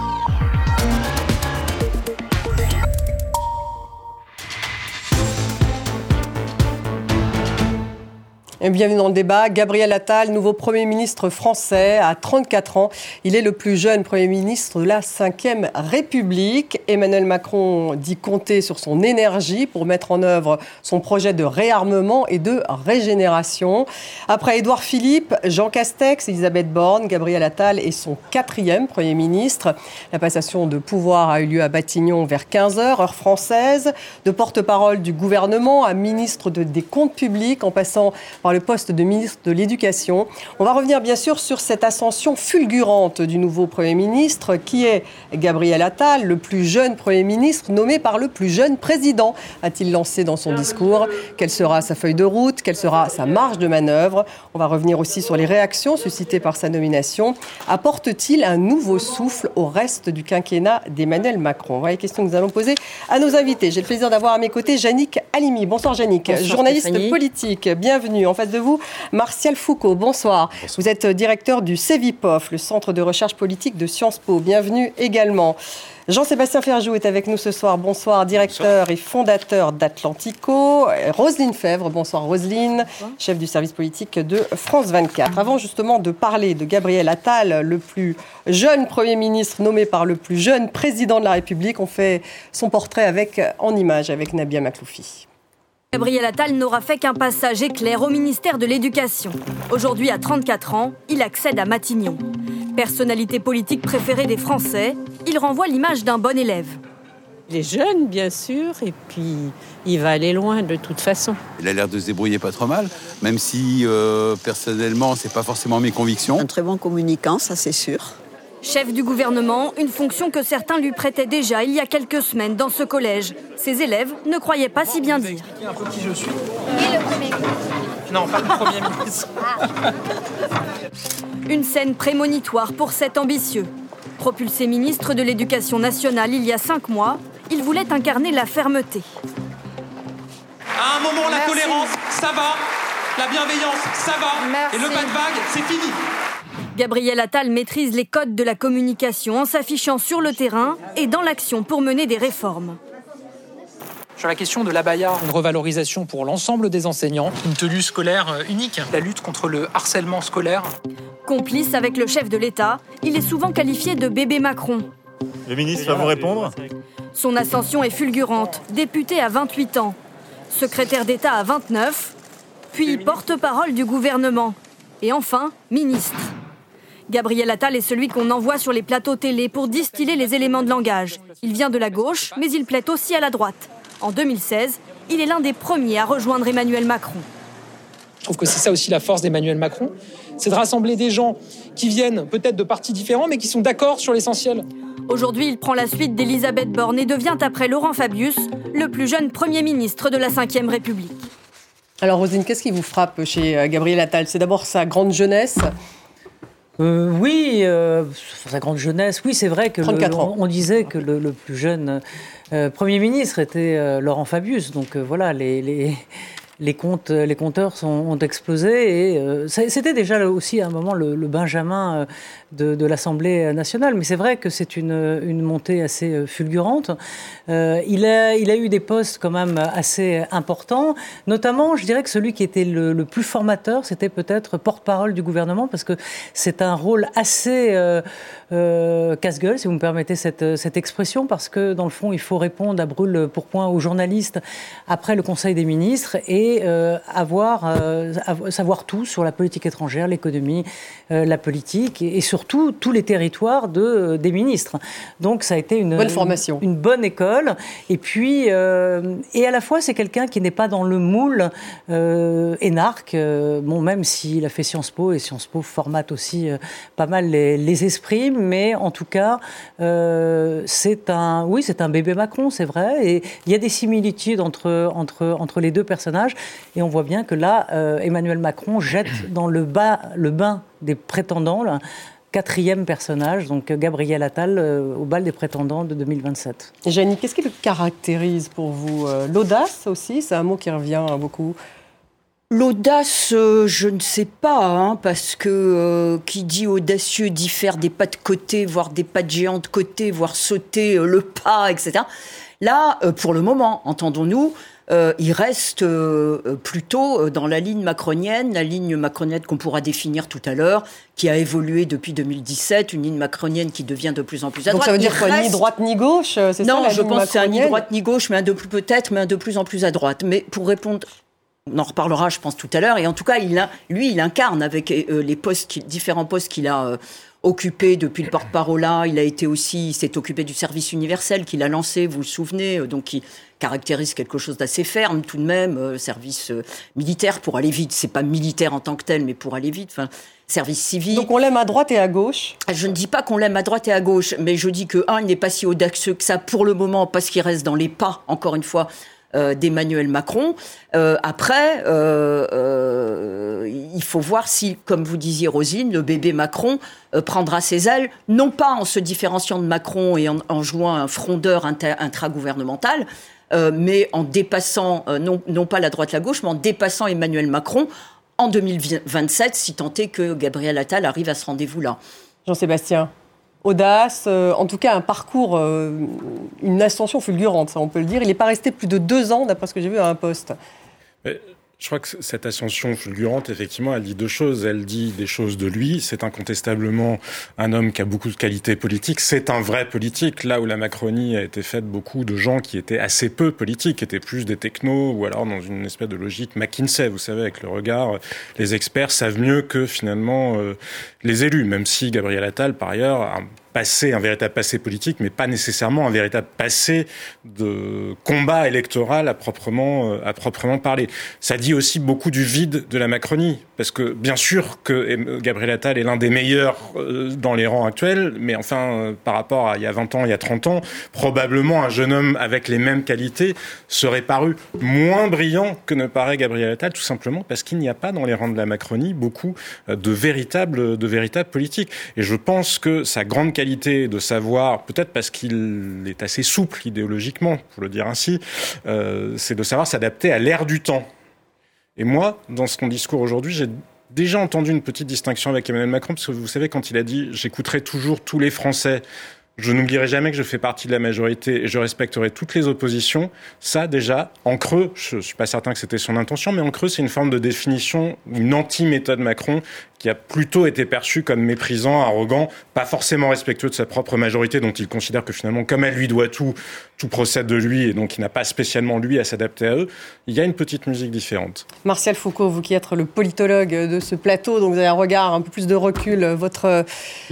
Bienvenue dans le débat. Gabriel Attal, nouveau Premier ministre français à 34 ans. Il est le plus jeune Premier ministre de la Ve République. Emmanuel Macron dit compter sur son énergie pour mettre en œuvre son projet de réarmement et de régénération. Après Édouard Philippe, Jean Castex, Elisabeth Borne, Gabriel Attal est son 4e Premier ministre. La passation de pouvoir a eu lieu à Matignon vers 15h, heure française. De porte-parole du gouvernement à ministre des Comptes publics, en passant par le poste de ministre de l'Éducation. On va revenir bien sûr sur cette ascension fulgurante du nouveau Premier ministre qui est Gabriel Attal, le plus jeune Premier ministre nommé par le plus jeune président, a-t-il lancé dans son discours. Quelle sera sa feuille de route? Quelle sera sa marge de manœuvre? On va revenir aussi sur les réactions suscitées par sa nomination. Apporte-t-il un nouveau souffle au reste du quinquennat d'Emmanuel Macron? Voilà les questions que nous allons poser à nos invités. J'ai le plaisir d'avoir à mes côtés Yannick Halimi. Bonsoir Yannick, journaliste Stéphanie. Politique. Bienvenue. En face de vous, Martial Foucault. Bonsoir. Vous êtes directeur du CEVIPOF, le Centre de recherche politique de Sciences Po. Bienvenue également. Jean-Sébastien Ferjou est avec nous ce soir. Bonsoir, directeur et fondateur d'Atlantico. Roselyne Fèvre, bonsoir Roselyne, chef du service politique de France 24. Avant justement de parler de Gabriel Attal, le plus jeune Premier ministre nommé par le plus jeune président de la République, on fait son portrait en image avec Nabia Makloufi. Gabriel Attal n'aura fait qu'un passage éclair au ministère de l'Éducation. Aujourd'hui, à 34 ans, il accède à Matignon. Personnalité politique préférée des Français, il renvoie l'image d'un bon élève. Il est jeune, bien sûr, et puis il va aller loin de toute façon. Il a l'air de se débrouiller pas trop mal, même si personnellement, c'est pas forcément mes convictions. Un très bon communicant, ça c'est sûr. Chef du gouvernement, une fonction que certains lui prêtaient déjà il y a quelques semaines dans ce collège. Ses élèves ne croyaient pas si bien dire. Expliquer un peu qui je suis. Et le Premier ministre. Non, pas le Premier ministre. Une scène prémonitoire pour cet ambitieux. Propulsé ministre de l'Éducation nationale il y a 5 mois, il voulait incarner la fermeté. À un moment, la tolérance, ça va. La bienveillance, ça va. Merci. Et le pas de vague, c'est fini. Gabriel Attal maîtrise les codes de la communication en s'affichant sur le terrain et dans l'action pour mener des réformes. Sur la question de l'abaya, une revalorisation pour l'ensemble des enseignants, une tenue scolaire unique, la lutte contre le harcèlement scolaire. Complice avec le chef de l'État, il est souvent qualifié de bébé Macron. Le ministre va vous répondre. Son ascension est fulgurante, député à 28 ans, secrétaire d'État à 29, puis porte-parole du gouvernement, et enfin ministre. Gabriel Attal est celui qu'on envoie sur les plateaux télé pour distiller les éléments de langage. Il vient de la gauche, mais il plaît aussi à la droite. En 2016, il est l'un des premiers à rejoindre Emmanuel Macron. Je trouve que c'est ça aussi la force d'Emmanuel Macron, c'est de rassembler des gens qui viennent peut-être de partis différents, mais qui sont d'accord sur l'essentiel. Aujourd'hui, il prend la suite d'Elisabeth Borne et devient, après Laurent Fabius, le plus jeune Premier ministre de la Ve République. Alors Roselyne, qu'est-ce qui vous frappe chez Gabriel Attal? C'est d'abord sa grande jeunesse. Oui, sa grande jeunesse. Oui, c'est vrai que on disait que le plus jeune Premier ministre était Laurent Fabius. Donc voilà, les compteurs ont explosé et c'était déjà là aussi à un moment le Benjamin de l'Assemblée nationale. Mais c'est vrai que c'est une montée assez fulgurante. Il a eu des postes quand même assez importants. Notamment, je dirais que celui qui était le plus formateur, c'était peut-être porte-parole du gouvernement, parce que c'est un rôle assez casse-gueule, si vous me permettez cette expression, parce que dans le fond, il faut répondre à brûle-pourpoint aux journalistes après le Conseil des ministres et savoir tout sur la politique étrangère, l'économie, la politique et surtout tous les territoires des ministres. Donc ça a été une bonne formation, une bonne école. Et puis, et à la fois, c'est quelqu'un qui n'est pas dans le moule énarque. Même s'il a fait Sciences Po, et Sciences Po formate aussi pas mal les esprits, mais en tout cas, c'est un bébé Macron, c'est vrai. Et il y a des similitudes entre les deux personnages. Et on voit bien que là, Emmanuel Macron jette dans le bain des prétendants, là, 4e personnage, donc Gabriel Attal, au bal des prétendants de 2027. Yannick, qu'est-ce qui le caractérise pour vous? L'audace aussi, c'est un mot qui revient beaucoup. L'audace, je ne sais pas, parce que qui dit audacieux dit faire des pas de côté, voire des pas de géant de côté, voire sauter le pas, etc. Là, pour le moment, entendons-nous, il reste plutôt dans la ligne macronienne qu'on pourra définir tout à l'heure, qui a évolué depuis 2017, une ligne macronienne qui devient de plus en plus à droite. Donc ça veut dire quoi, ni droite ni gauche, c'est ça? Non, je pense que c'est un ni droite ni gauche, mais un de plus en plus à droite. Mais pour répondre... On en reparlera, je pense, tout à l'heure. Et en tout cas, il incarne avec les différents postes qu'il a occupés depuis le porte-parole. Il s'est occupé du service universel qu'il a lancé, vous vous souvenez, donc qui caractérise quelque chose d'assez ferme tout de même, service militaire pour aller vite. C'est pas militaire en tant que tel, mais pour aller vite. Enfin, service civique. Donc on l'aime à droite et à gauche. Je ne dis pas qu'on l'aime à droite et à gauche, mais je dis que il n'est pas si audacieux que ça pour le moment, parce qu'il reste dans les pas, encore une fois, d'Emmanuel Macron. Après, il faut voir si, comme vous disiez Roselyne, le bébé Macron prendra ses ailes, non pas en se différenciant de Macron et en jouant un frondeur intragouvernemental, mais en dépassant, non pas la droite, la gauche, mais en dépassant Emmanuel Macron en 2027, si tant est que Gabriel Attal arrive à ce rendez-vous-là. Jean-Sébastien, audace, en tout cas un parcours, une ascension fulgurante, ça on peut le dire. Il n'est pas resté plus de 2 ans, d'après ce que j'ai vu, à un poste. Je crois que cette ascension fulgurante, effectivement, elle dit 2 choses. Elle dit des choses de lui. C'est incontestablement un homme qui a beaucoup de qualités politiques. C'est un vrai politique. Là où la Macronie a été faite, beaucoup de gens qui étaient assez peu politiques, qui étaient plus des technos ou alors dans une espèce de logique McKinsey, vous savez, avec le regard. Les experts savent mieux que finalement les élus, même si Gabriel Attal, par ailleurs, a un véritable passé politique, mais pas nécessairement un véritable passé de combat électoral à proprement parler. Ça dit aussi beaucoup du vide de la Macronie, parce que bien sûr que Gabriel Attal est l'un des meilleurs dans les rangs actuels, mais enfin, par rapport à il y a 20 ans, il y a 30 ans, probablement un jeune homme avec les mêmes qualités serait paru moins brillant que ne paraît Gabriel Attal, tout simplement parce qu'il n'y a pas dans les rangs de la Macronie beaucoup de véritables politiques. Et je pense que sa grande qualité de savoir, peut-être parce qu'il est assez souple idéologiquement, pour le dire ainsi, c'est de savoir s'adapter à l'ère du temps. Et moi, dans son discours aujourd'hui, j'ai déjà entendu une petite distinction avec Emmanuel Macron, parce que vous savez, quand il a dit « j'écouterai toujours tous les Français », je n'oublierai jamais que je fais partie de la majorité et je respecterai toutes les oppositions. Ça, déjà, en creux, je ne suis pas certain que c'était son intention, mais en creux, c'est une forme de définition, une anti-méthode Macron qui a plutôt été perçue comme méprisant, arrogant, pas forcément respectueux de sa propre majorité, dont il considère que finalement, comme elle lui doit tout procède de lui, et donc il n'a pas spécialement, lui, à s'adapter à eux. Il y a une petite musique différente. Martial Foucault, vous qui êtes le politologue de ce plateau, donc vous avez un regard un peu plus de recul, votre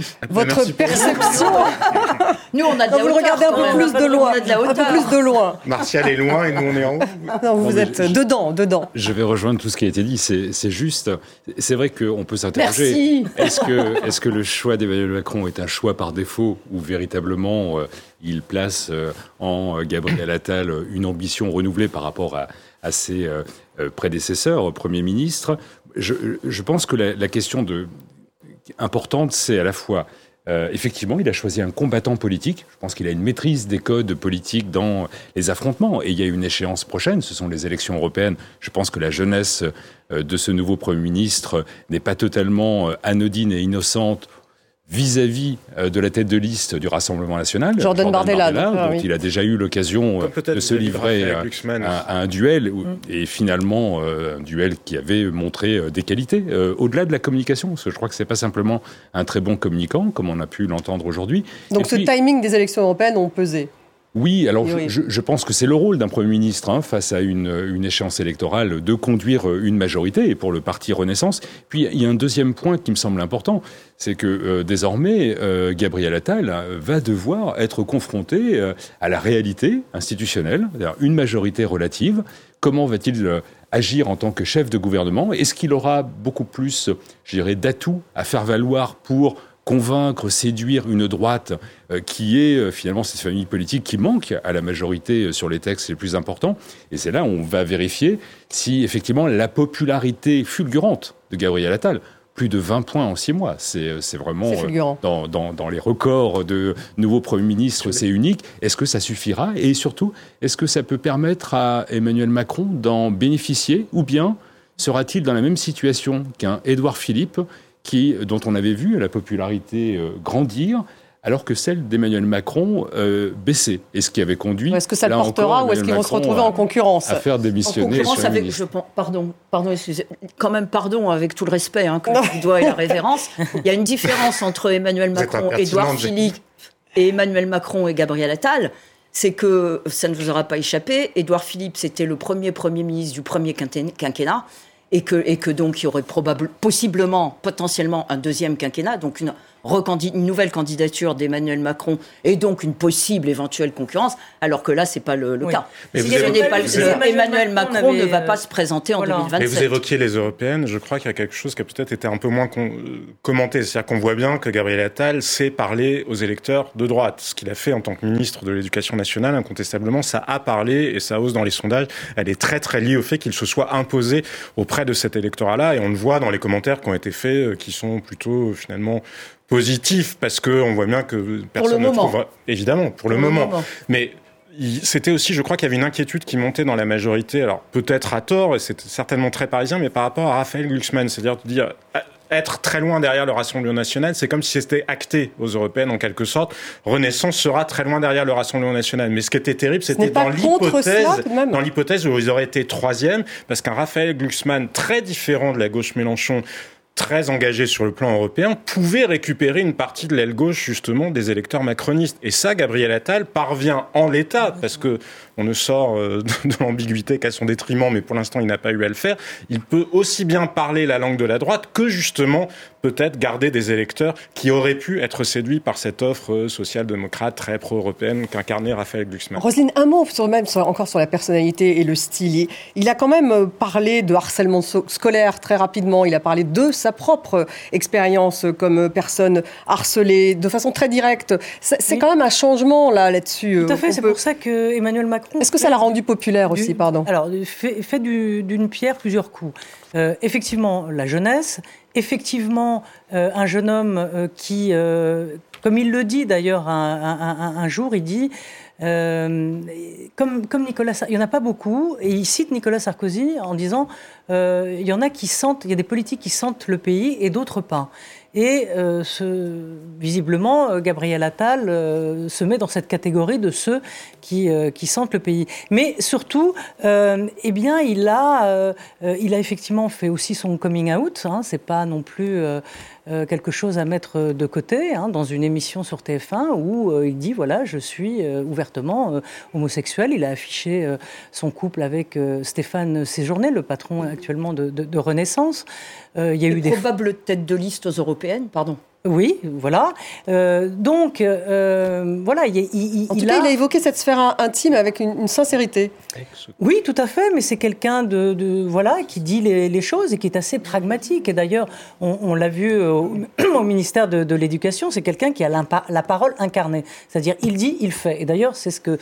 perception... Nous, on a de la hauteur. Vous le regardez un peu plus de loin. Un peu plus de loin. Martial est loin et nous, on est en haut. Non, vous êtes dedans. Je vais rejoindre tout ce qui a été dit. C'est juste. C'est vrai qu'on peut s'interroger. Merci. Est-ce que le choix d'Emmanuel Macron est un choix par défaut ou véritablement il place en Gabriel Attal une ambition renouvelée par rapport à ses prédécesseurs, Premier ministre? Je pense que la question importante, c'est à la fois... effectivement, il a choisi un combattant politique. Je pense qu'il a une maîtrise des codes politiques dans les affrontements. Et il y a une échéance prochaine, ce sont les élections européennes. Je pense que la jeunesse de ce nouveau Premier ministre n'est pas totalement anodine et innocente vis-à-vis de la tête de liste du Rassemblement national, Jordan Bardella, dont il a déjà eu l'occasion de se livrer à un duel, et finalement un duel qui avait montré des qualités, au-delà de la communication, parce que je crois que c'est pas simplement un très bon communicant, comme on a pu l'entendre aujourd'hui. Donc ce timing des élections européennes ont pesé. Oui, alors je pense que c'est le rôle d'un Premier ministre face à une échéance électorale de conduire une majorité, et pour le parti Renaissance. Puis il y a un deuxième point qui me semble important, c'est que désormais Gabriel Attal va devoir être confronté à la réalité institutionnelle, c'est-à-dire une majorité relative. Comment va-t-il agir en tant que chef de gouvernement? Est-ce qu'il aura beaucoup plus, je dirais, d'atouts à faire valoir pour convaincre, séduire une droite qui est finalement cette famille politique qui manque à la majorité sur les textes les plus importants? Et c'est là où on va vérifier si effectivement la popularité fulgurante de Gabriel Attal, plus de 20 points en 6 mois, c'est vraiment dans les records de nouveaux premiers ministres, c'est unique. Est-ce que ça suffira? Et surtout, est-ce que ça peut permettre à Emmanuel Macron d'en bénéficier, ou bien Sera-t-il dans la même situation qu'un Édouard Philippe, dont on avait vu la popularité grandir, alors que celle d'Emmanuel Macron baissait, et ce qui avait conduit... Est-ce que ça le portera ou est-ce qu'ils vont se retrouver en concurrence ? À faire démissionner en concurrence pardon, excusez, quand même pardon, avec tout le respect que je lui dois et la révérence, il y a une différence entre Emmanuel Macron, Édouard Philippe et Emmanuel Macron et Gabriel Attal, c'est que, ça ne vous aura pas échappé, Édouard Philippe, c'était le premier ministre du premier quinquennat, et que donc il y aurait potentiellement un deuxième quinquennat, donc une nouvelle candidature d'Emmanuel Macron et donc une possible éventuelle concurrence, alors que là, c'est pas le cas. Emmanuel Macron ne va pas se présenter en 2027. Mais vous évoquiez les européennes, je crois qu'il y a quelque chose qui a peut-être été un peu moins commenté. C'est-à-dire qu'on voit bien que Gabriel Attal sait parler aux électeurs de droite. Ce qu'il a fait en tant que ministre de l'Éducation nationale, incontestablement, ça a parlé et ça hausse dans les sondages. Elle est très très liée au fait qu'il se soit imposé auprès de cet électorat-là, et on le voit dans les commentaires qui ont été faits, qui sont plutôt finalement positif, parce qu'on voit bien que personne ne trouve... Évidemment, pour le moment. Mais c'était aussi, je crois qu'il y avait une inquiétude qui montait dans la majorité, alors peut-être à tort, et c'est certainement très parisien, mais par rapport à Raphaël Glucksmann, c'est-à-dire de dire... Être très loin derrière le Rassemblement national, c'est comme si c'était acté aux européennes en quelque sorte. Renaissance sera très loin derrière le Rassemblement national. Mais ce qui était terrible, c'était dans l'hypothèse où ils auraient été troisième, parce qu'un Raphaël Glucksmann très différent de la gauche Mélenchon, très engagé sur le plan européen, pouvait récupérer une partie de l'aile gauche, justement, des électeurs macronistes. Et ça, Gabriel Attal parvient en l'état, parce que on ne sort de l'ambiguïté qu'à son détriment, mais pour l'instant, il n'a pas eu à le faire. Il peut aussi bien parler la langue de la droite que, justement, peut-être garder des électeurs qui auraient pu être séduits par cette offre social-démocrate très pro-européenne qu'incarnait Raphaël Glucksmann. Roselyne, un mot encore sur la personnalité et le style. Il a quand même parlé de harcèlement scolaire très rapidement. Il a parlé de sa propre expérience comme personne harcelée de façon très directe. C'est quand même un changement là-dessus. Tout à fait, c'est pour ça que Emmanuel Macron... Est-ce que ça l'a rendu populaire aussi, pardon ? Alors, fait d'une pierre plusieurs coups. Effectivement, la jeunesse, effectivement, un jeune homme qui, comme il le dit d'ailleurs un jour, il dit... comme Nicolas Sarkozy, il n'y en a pas beaucoup, et il cite Nicolas Sarkozy en disant il y en a qui sentent, il y a des politiques qui sentent le pays et d'autres pas. Et visiblement, Gabriel Attal se met dans cette catégorie de ceux qui sentent le pays. Mais surtout, eh bien, il a effectivement fait aussi son coming out. C'est pas non plus quelque chose à mettre de côté. Dans une émission sur TF1 où il dit voilà, je suis ouvertement homosexuel. Il a affiché son couple avec Stéphane Séjourné, le patron actuellement de Renaissance. Il y a eu probable tête de liste aux européennes, pardon. Oui, voilà. Donc, voilà. Il a évoqué cette sphère intime avec une sincérité. Oui, tout à fait. Mais c'est quelqu'un voilà, qui dit les choses et qui est assez pragmatique. Et d'ailleurs, on l'a vu au ministère de l'Éducation, c'est quelqu'un qui a la parole incarnée. C'est-à-dire, il dit, il fait. Et d'ailleurs, c'est ce que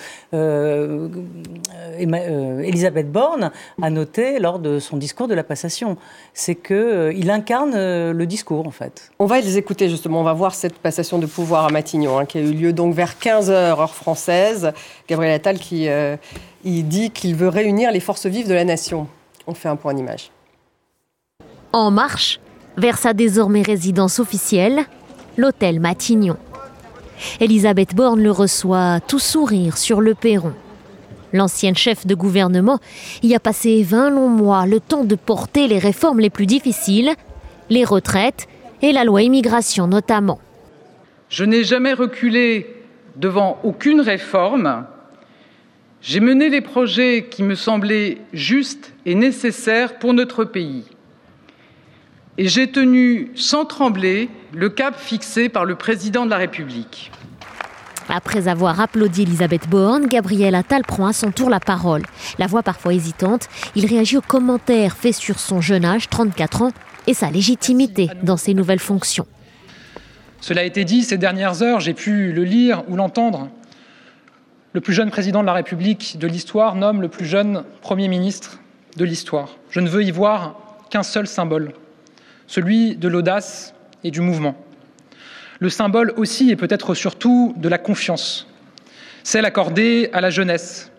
Elisabeth Borne a noté lors de son discours de la passation. C'est qu'il incarne le discours, en fait. On va les écouter. Justement, on va voir cette passation de pouvoir à Matignon, qui a eu lieu donc vers 15h, heure française. Gabriel Attal il dit qu'il veut réunir les forces vives de la nation. On fait un point d'image. En marche vers sa désormais résidence officielle, l'hôtel Matignon. Elisabeth Borne le reçoit tout sourire sur le perron. L'ancienne chef de gouvernement y a passé 20 longs mois, le temps de porter les réformes les plus difficiles, les retraites et la loi immigration notamment. Je n'ai jamais reculé devant aucune réforme. J'ai mené les projets qui me semblaient justes et nécessaires pour notre pays. Et j'ai tenu sans trembler le cap fixé par le président de la République. Après avoir applaudi Elisabeth Borne, Gabriel Attal prend à son tour la parole. La voix parfois hésitante, il réagit aux commentaires faits sur son jeune âge, 34 ans, et sa légitimité dans ses nouvelles fonctions. Cela a été dit ces dernières heures, j'ai pu le lire ou l'entendre. Le plus jeune président de la République de l'histoire nomme le plus jeune Premier ministre de l'histoire. Je ne veux y voir qu'un seul symbole, celui de l'audace et du mouvement. Le symbole aussi et peut-être surtout de la confiance, celle accordée à la jeunesse.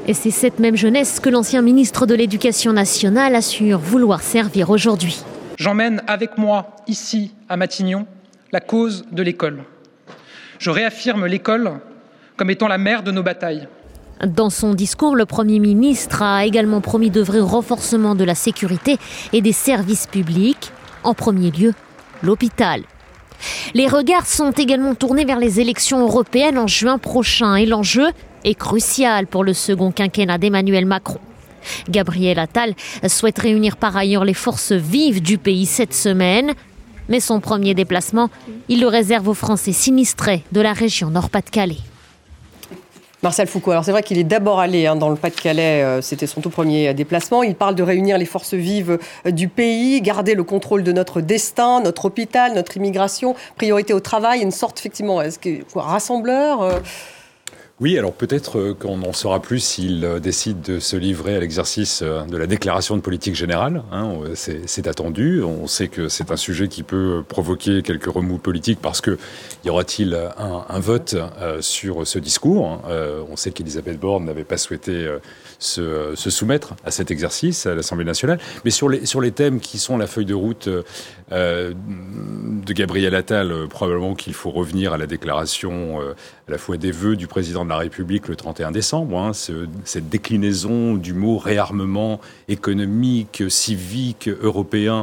Et c'est cette même jeunesse que l'ancien ministre de l'Éducation nationale assure vouloir servir aujourd'hui. J'emmène avec moi, ici, à Matignon, la cause de l'école. Je réaffirme l'école comme étant la mère de nos batailles. Dans son discours, le Premier ministre a également promis d'œuvrer au renforcement de la sécurité et des services publics. En premier lieu, l'hôpital. Les regards sont également tournés vers les élections européennes en juin prochain et l'enjeu est crucial pour le second quinquennat d'Emmanuel Macron. Gabriel Attal souhaite réunir par ailleurs les forces vives du pays cette semaine. Mais son premier déplacement, il le réserve aux Français sinistrés de la région Nord-Pas-de-Calais. Martial Foucault, alors c'est vrai qu'il est d'abord allé dans le Pas-de-Calais, c'était son tout premier déplacement. Il parle de réunir les forces vives du pays, garder le contrôle de notre destin, notre hôpital, notre immigration, priorité au travail, une sorte effectivement, rassembleur Oui, alors peut-être qu'on en saura plus s'il décide de se livrer à l'exercice de la déclaration de politique générale. C'est attendu. On sait que c'est un sujet qui peut provoquer quelques remous politiques parce que y aura-t-il un vote sur ce discours. On sait qu'Elisabeth Borne n'avait pas souhaité se soumettre à cet exercice à l'Assemblée nationale. Mais sur les thèmes qui sont la feuille de route de Gabriel Attal, probablement qu'il faut revenir à la déclaration à la fois des vœux du président de la République le 31 décembre, cette déclinaison du mot réarmement économique, civique, européen.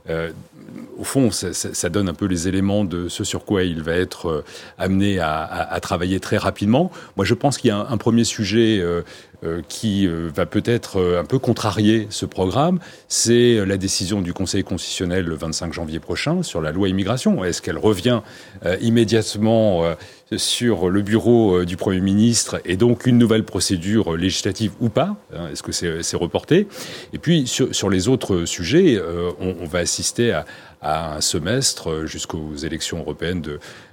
Au fond, ça donne un peu les éléments de ce sur quoi il va être amené à travailler très rapidement. Moi, je pense qu'il y a un premier sujet qui va peut-être un peu contrarier ce programme, c'est la décision du Conseil constitutionnel le 25 janvier prochain sur la loi immigration. Est-ce qu'elle revient immédiatement sur le bureau du Premier ministre et donc une nouvelle procédure législative ou pas? Est-ce que c'est reporté? Et puis sur les autres sujets, on va assister à un semestre jusqu'aux élections européennes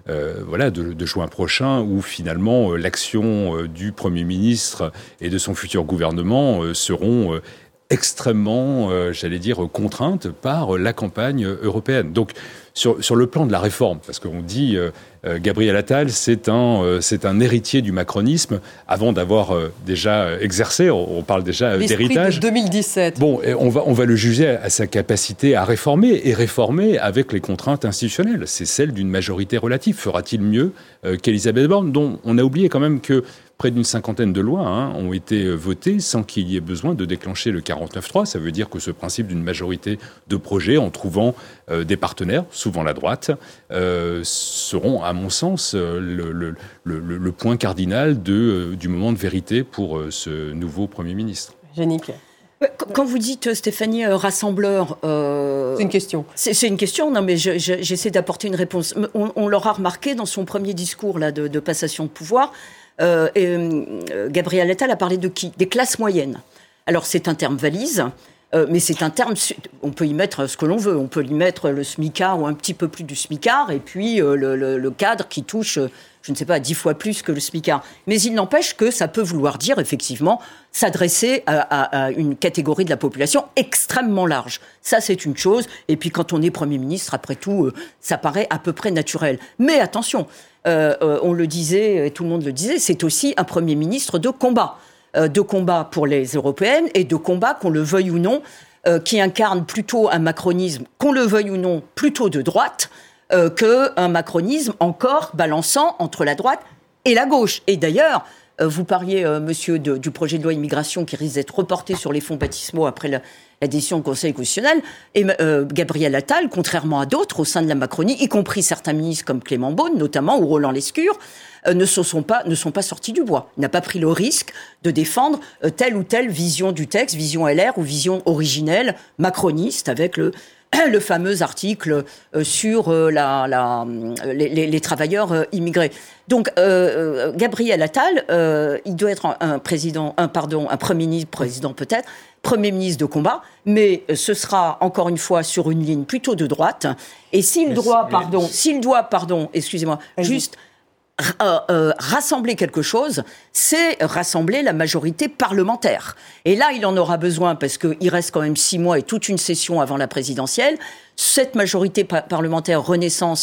de juin prochain, où finalement l'action du Premier ministre et de son futur gouvernement seront extrêmement, contraintes par la campagne européenne. Donc, sur le plan de la réforme, parce qu'on dit Gabriel Attal, c'est un héritier du macronisme avant d'avoir déjà exercé. On parle déjà d'héritage. L'esprit de 2017. Bon, on va le juger à sa capacité à réformer et réformer avec les contraintes institutionnelles. C'est celle d'une majorité relative. Fera-t-il mieux qu'Elisabeth Borne, dont on a oublié quand même que près d'une cinquantaine de lois ont été votées sans qu'il y ait besoin de déclencher le 49.3. Ça veut dire que ce principe d'une majorité de projets, en trouvant des partenaires, souvent la droite, seront, à mon sens, le point cardinal du moment de vérité pour ce nouveau Premier ministre. Yannick. Quand vous dites, Stéphanie, rassembleur... c'est une question. C'est une question, non mais j'essaie d'apporter une réponse. On l'aura remarqué dans son premier discours là, de passation de pouvoir. Gabriel Attal a parlé de qui? Des classes moyennes. Alors c'est un terme valise, mais c'est un terme, on peut y mettre ce que l'on veut. On peut y mettre le smicard ou un petit peu plus du smicard, et puis le cadre qui touche, je ne sais pas, 10 fois plus que le smicard. Mais il n'empêche que ça peut vouloir dire, effectivement, s'adresser à une catégorie de la population extrêmement large. Ça, c'est une chose. Et puis quand on est Premier ministre, après tout, ça paraît à peu près naturel. Mais attention, on le disait, et tout le monde le disait, c'est aussi un Premier ministre de combat pour les européennes et de combat, qu'on le veuille ou non, qui incarne plutôt un macronisme, qu'on le veuille ou non, plutôt de droite, qu'un macronisme encore balançant entre la droite et la gauche. Et d'ailleurs, vous parliez, monsieur, du projet de loi immigration qui risque d'être reporté sur les fonds baptismaux après la décision du Conseil constitutionnel. Et Gabriel Attal, contrairement à d'autres au sein de la Macronie, y compris certains ministres comme Clément Beaune, notamment, ou Roland Lescure, ne sont pas sortis du bois. Il n'a pas pris le risque de défendre telle ou telle vision du texte, vision LR ou vision originelle macroniste, avec le fameux article sur les travailleurs immigrés. Donc, Gabriel Attal, il doit être un Premier ministre, président peut-être, Premier ministre de combat, mais ce sera encore une fois sur une ligne plutôt de droite. Et s'il doit, juste rassembler quelque chose, c'est rassembler la majorité parlementaire. Et là, il en aura besoin parce qu'il reste quand même 6 mois et toute une session avant la présidentielle. Cette majorité parlementaire Renaissance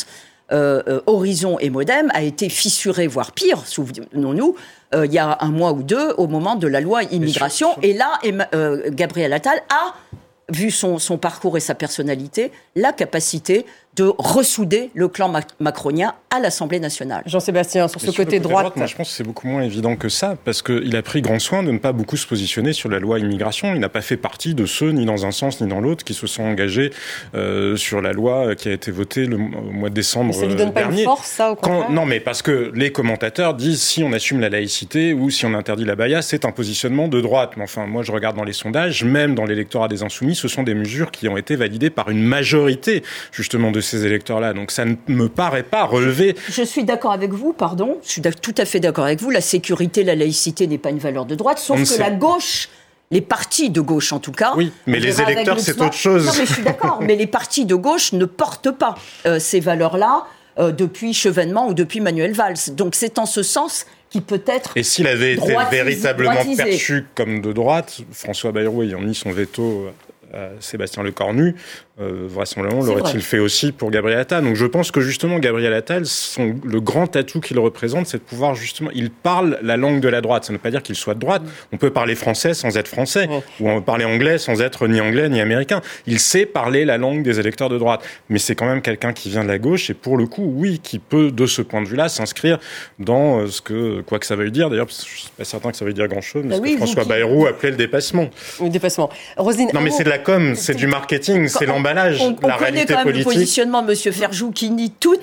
Horizon et Modem a été fissuré, voire pire, souvenons-nous, il y a un mois ou deux, au moment de la loi immigration. Et là, Gabriel Attal a, vu son parcours et sa personnalité, la capacité de ressouder le clan macronien à l'Assemblée nationale. Jean-Sébastien, sur ce côté droite... Moi, je pense que c'est beaucoup moins évident que ça, parce qu'il a pris grand soin de ne pas beaucoup se positionner sur la loi immigration. Il n'a pas fait partie de ceux, ni dans un sens ni dans l'autre, qui se sont engagés sur la loi qui a été votée au mois de décembre dernier. Ça lui donne pas une force, ça, au contraire ? Non, mais parce que les commentateurs disent si on assume la laïcité ou si on interdit la baya, c'est un positionnement de droite. Mais enfin, moi, je regarde dans les sondages, même dans l'électorat des Insoumis, ce sont des mesures qui ont été validées par une majorité, justement, de ces électeurs-là. Donc ça ne me paraît pas relever... Je suis d'accord avec vous, je suis tout à fait d'accord avec vous. La sécurité, la laïcité n'est pas une valeur de droite, sauf que la gauche, les partis de gauche en tout cas... Oui, mais les électeurs, c'est autre chose. Non, mais je suis d'accord, mais les partis de gauche ne portent pas ces valeurs-là depuis Chevènement ou depuis Manuel Valls. Donc c'est en ce sens qu'il peut être... Et s'il avait été véritablement perçu comme de droite, François Bayrou ayant mis son veto... Sébastien Lecornu, vraisemblablement l'aurait-il fait aussi pour Gabriel Attal. Donc je pense que justement Gabriel Attal, le grand atout qu'il représente, c'est de pouvoir justement, il parle la langue de la droite. Ça ne veut pas dire qu'il soit de droite. On peut parler français sans être français, ou on peut parler anglais sans être ni anglais ni américain. Il sait parler la langue des électeurs de droite. Mais c'est quand même quelqu'un qui vient de la gauche et pour le coup, oui, qui peut de ce point de vue-là s'inscrire dans ce que, quoi que ça veuille dire. D'ailleurs, je ne suis pas certain que ça veuille dire grand-chose, mais ce que François Bayrou appelait le dépassement. Le dépassement. Roselyne, non, mais c'est de la com, c'est du marketing, c'est l'emballage, la réalité politique. On connaît quand même le positionnement de M. Ferjou qui nie tout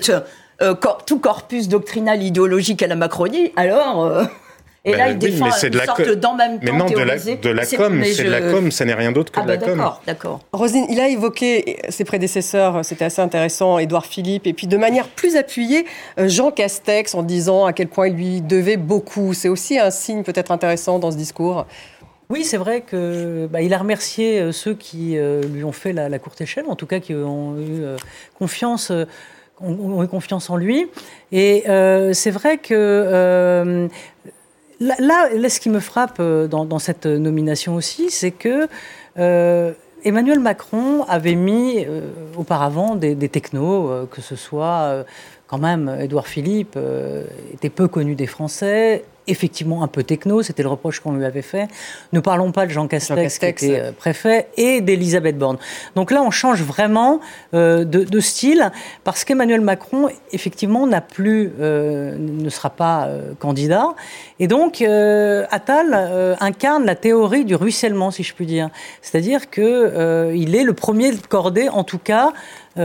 corpus doctrinal idéologique à la Macronie, alors... Et là, il défend une sorte d'en même temps. Mais non, de la com, c'est de la com, ça n'est rien d'autre que de la com. D'accord. Roselyne, il a évoqué ses prédécesseurs, c'était assez intéressant, Édouard Philippe, et puis de manière plus appuyée, Jean Castex, en disant à quel point il lui devait beaucoup. C'est aussi un signe peut-être intéressant dans ce discours. Oui, c'est vrai qu'il a remercié ceux qui lui ont fait la courte échelle, en tout cas qui ont eu confiance en lui. Et c'est vrai que là, ce qui me frappe dans cette nomination aussi, c'est que Emmanuel Macron avait mis auparavant des technos, que ce soit quand même Édouard Philippe était peu connu des Français. Effectivement un peu techno, c'était le reproche qu'on lui avait fait. Ne parlons pas de Jean Castex. Qui était préfet, et d'Elisabeth Borne. Donc là, on change vraiment de style, parce qu'Emmanuel Macron, effectivement, ne sera pas candidat. Et donc, Attal incarne la théorie du ruissellement, si je puis dire. C'est-à-dire qu'il est le premier de cordée, en tout cas,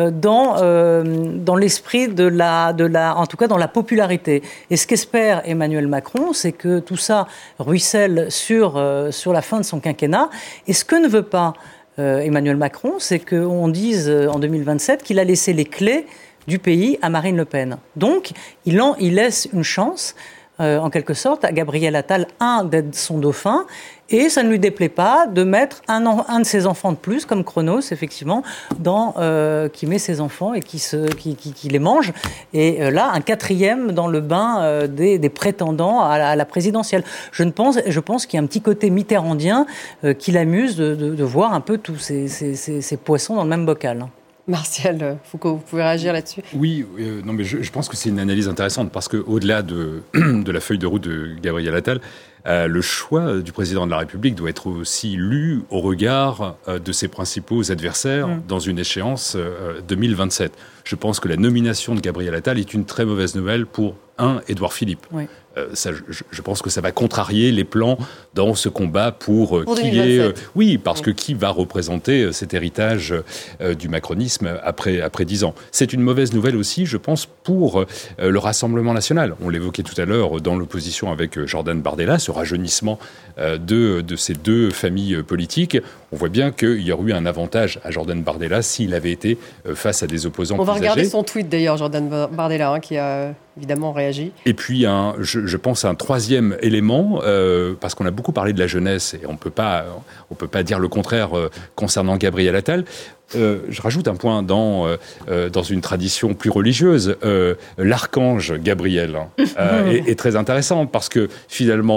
dans l'esprit en tout cas dans la popularité. Et ce qu'espère Emmanuel Macron, c'est que tout ça ruisselle sur la fin de son quinquennat. Et ce que ne veut pas Emmanuel Macron, c'est qu'on dise en 2027 qu'il a laissé les clés du pays à Marine Le Pen. Donc, il laisse une chance, en quelque sorte, à Gabriel Attal, d'être son dauphin. Et ça ne lui déplaît pas de mettre un de ses enfants de plus, comme Chronos, effectivement, qui met ses enfants et qui les mange. Et là, un quatrième dans le bain des prétendants à la présidentielle. Je pense qu'il y a un petit côté mitterrandien qui l'amuse de voir un peu tous ces poissons dans le même bocal. Martial Foucault, vous pouvez réagir là-dessus ? Oui, non, mais je pense que c'est une analyse intéressante parce qu'au-delà de la feuille de route de Gabriel Attal, le choix du président de la République doit être aussi lu au regard de ses principaux adversaires dans une échéance 2027. Je pense que la nomination de Gabriel Attal est une très mauvaise nouvelle pour Édouard Philippe. Oui. Je pense que ça va contrarier les plans dans ce combat pour qui est... oui, parce que qui va représenter cet héritage du macronisme après 10 ans. C'est une mauvaise nouvelle aussi, je pense, pour le Rassemblement national. On l'évoquait tout à l'heure dans l'opposition avec Jordan Bardella, ce rajeunissement de ces deux familles politiques. On voit bien qu'il y aurait eu un avantage à Jordan Bardella s'il avait été face à des opposants plus âgés. On va regarder son tweet d'ailleurs, Jordan Bardella, qui a évidemment réagi. Et puis, je pense à un troisième élément, parce qu'on a beaucoup parlé de la jeunesse, et on peut pas dire le contraire concernant Gabriel Attal. Je rajoute un point dans une tradition plus religieuse. L'archange Gabriel est très intéressant, parce que finalement,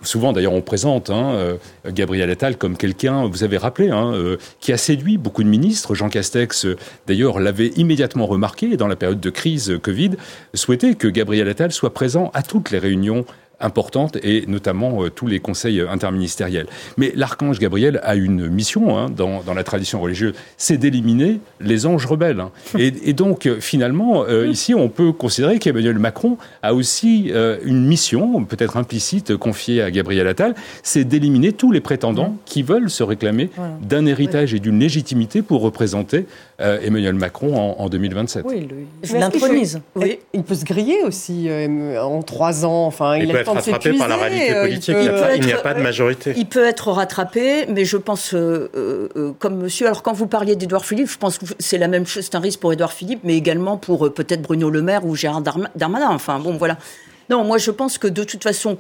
souvent d'ailleurs on présente Gabriel Attal comme quelqu'un, vous avez rappelé, qui a séduit beaucoup de ministres. Jean Castex d'ailleurs l'avait immédiatement remarqué dans la période de crise Covid, souhaitait que Gabriel Attal soit présent à toutes les réunions importantes et notamment tous les conseils interministériels. Mais l'archange Gabriel a une mission dans la tradition religieuse, c'est d'éliminer les anges rebelles. Et donc finalement, ici on peut considérer qu'Emmanuel Macron a aussi une mission, peut-être implicite, confiée à Gabriel Attal, c'est d'éliminer tous les prétendants qui veulent se réclamer d'un héritage et d'une légitimité pour représenter Emmanuel Macron en 2027. Oui, il l'intronise. Oui. Il peut se griller aussi en 3 ans. Enfin, il peut être rattrapé par la réalité politique. Il n'y a pas de majorité. Il peut être rattrapé, mais je pense, comme monsieur, alors quand vous parliez d'Édouard Philippe, je pense que c'est la même chose, c'est un risque pour Édouard Philippe, mais également pour peut-être Bruno Le Maire ou Gérald Darmanin. Enfin, bon, voilà. Non, moi, je pense que de toute façon...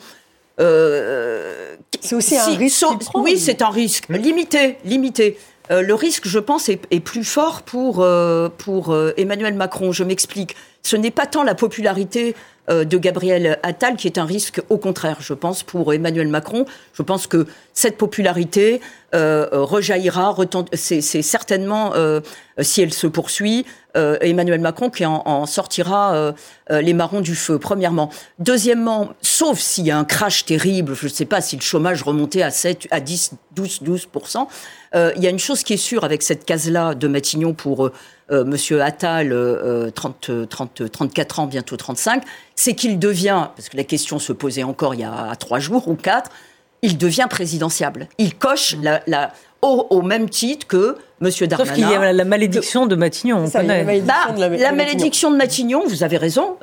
c'est aussi un risque. Oui, c'est un risque limité. Le risque, je pense, est plus fort pour Emmanuel Macron. Je m'explique. Ce n'est pas tant la popularité de Gabriel Attal qui est un risque, au contraire, je pense, pour Emmanuel Macron. Je pense que cette popularité rejaillira, c'est certainement, si elle se poursuit, Emmanuel Macron qui en sortira les marrons du feu, premièrement. Deuxièmement, sauf s'il y a un crash terrible, je ne sais pas, si le chômage remontait à 12%, il y a une chose qui est sûre avec cette case-là de Matignon pour Monsieur Attal, 34 ans, bientôt 35, c'est qu'il devient, parce que la question se posait encore il y a 3 jours ou 4, il devient présidentiable. Il coche au même titre que M. Darmanin. Sauf qu'il y a la malédiction de Matignon, on connaît. La malédiction de Matignon, vous avez raison,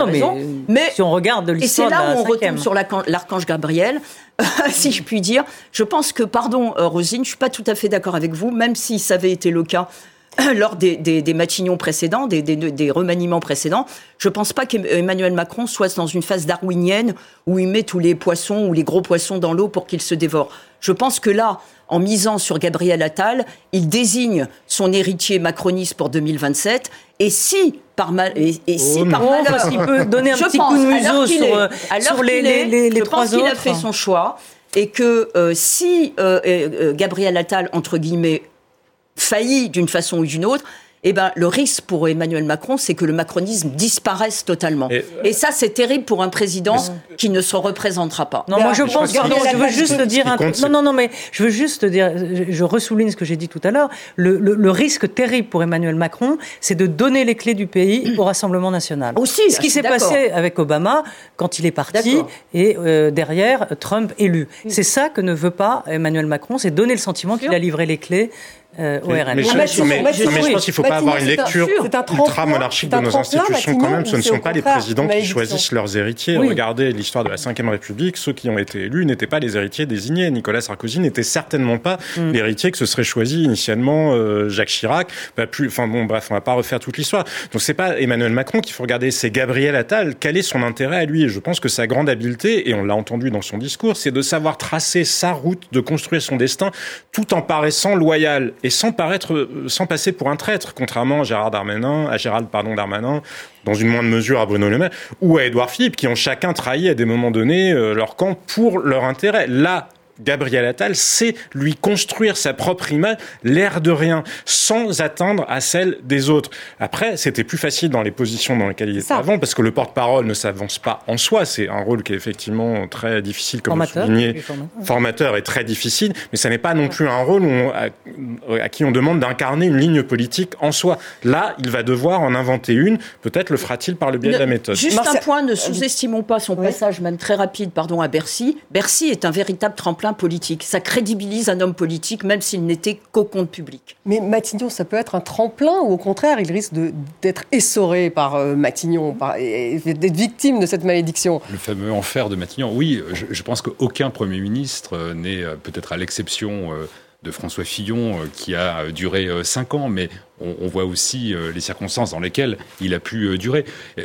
mais si on regarde l'histoire et c'est là où on retombe sur l'archange Gabriel, si je puis dire. Je pense que, Roselyne, je ne suis pas tout à fait d'accord avec vous, même si ça avait été le cas lors des Matignons précédents, des remaniements précédents, je ne pense pas qu'Emmanuel Macron soit dans une phase darwinienne où il met tous les poissons ou les gros poissons dans l'eau pour qu'ils se dévorent. Je pense que là, en misant sur Gabriel Attal, il désigne son héritier macroniste pour 2027. Et si par malheur, il peut donner un petit coup de museau sur les 3 autres. Je pense qu'il a fait son choix et que si Gabriel Attal, entre guillemets, faillit d'une façon ou d'une autre, le risque pour Emmanuel Macron, c'est que le macronisme disparaisse totalement. Et ça, c'est terrible pour un président qui ne se représentera pas. Non, moi je pense, je veux juste dire un truc. Non, mais je veux juste dire, je ressouligne ce que j'ai dit tout à l'heure. Le risque terrible pour Emmanuel Macron, c'est de donner les clés du pays au Rassemblement national. Aussi, ce qui s'est passé avec Obama quand il est parti et derrière Trump élu. C'est ça que ne veut pas Emmanuel Macron, c'est donner le sentiment qu'il a livré les clés au RN. Mais je pense qu'il ne faut pas avoir une lecture ultra-monarchique de nos institutions quand même. Ce ne sont pas les présidents qui choisissent leurs héritiers. Regardez l'histoire de la Ve République. Ceux qui ont été élus n'étaient pas les héritiers désignés. Nicolas Sarkozy n'était certainement pas l'héritier que se serait choisi initialement Jacques Chirac. On ne va pas refaire toute l'histoire. Donc c'est pas Emmanuel Macron qu'il faut regarder, c'est Gabriel Attal. Quel est son intérêt à lui ? Et je pense que sa grande habileté, et on l'a entendu dans son discours, c'est de savoir tracer sa route, de construire son destin, tout en paraissant loyal. Et sans passer pour un traître, contrairement à Gérald Darmanin, dans une moindre mesure à Bruno Le Maire, ou à Édouard Philippe, qui ont chacun trahi à des moments donnés leur camp pour leur intérêt. Là, Gabriel Attal sait lui construire sa propre image, l'air de rien, sans atteindre à celle des autres. Après, c'était plus facile dans les positions dans lesquelles il était avant, parce que le porte-parole ne s'avance pas en soi. C'est un rôle qui est effectivement très difficile, comme vous soulignez, formateur et très difficile, mais ça n'est pas non plus un rôle à qui on demande d'incarner une ligne politique en soi. Là, il va devoir en inventer une. Peut-être le fera-t-il par le biais de la méthode. Juste un point, ne sous-estimons pas son passage, même très rapide, à Bercy. Bercy est un véritable tremplin politique. Ça crédibilise un homme politique, même s'il n'était qu'au compte public. Mais Matignon, ça peut être un tremplin ou au contraire, il risque d'être essoré par Matignon, et d'être victime de cette malédiction. Le fameux enfer de Matignon. Oui, je pense qu'aucun Premier ministre n'est, peut-être à l'exception de François Fillon, qui a duré 5 ans, mais on voit aussi les circonstances dans lesquelles il a pu durer.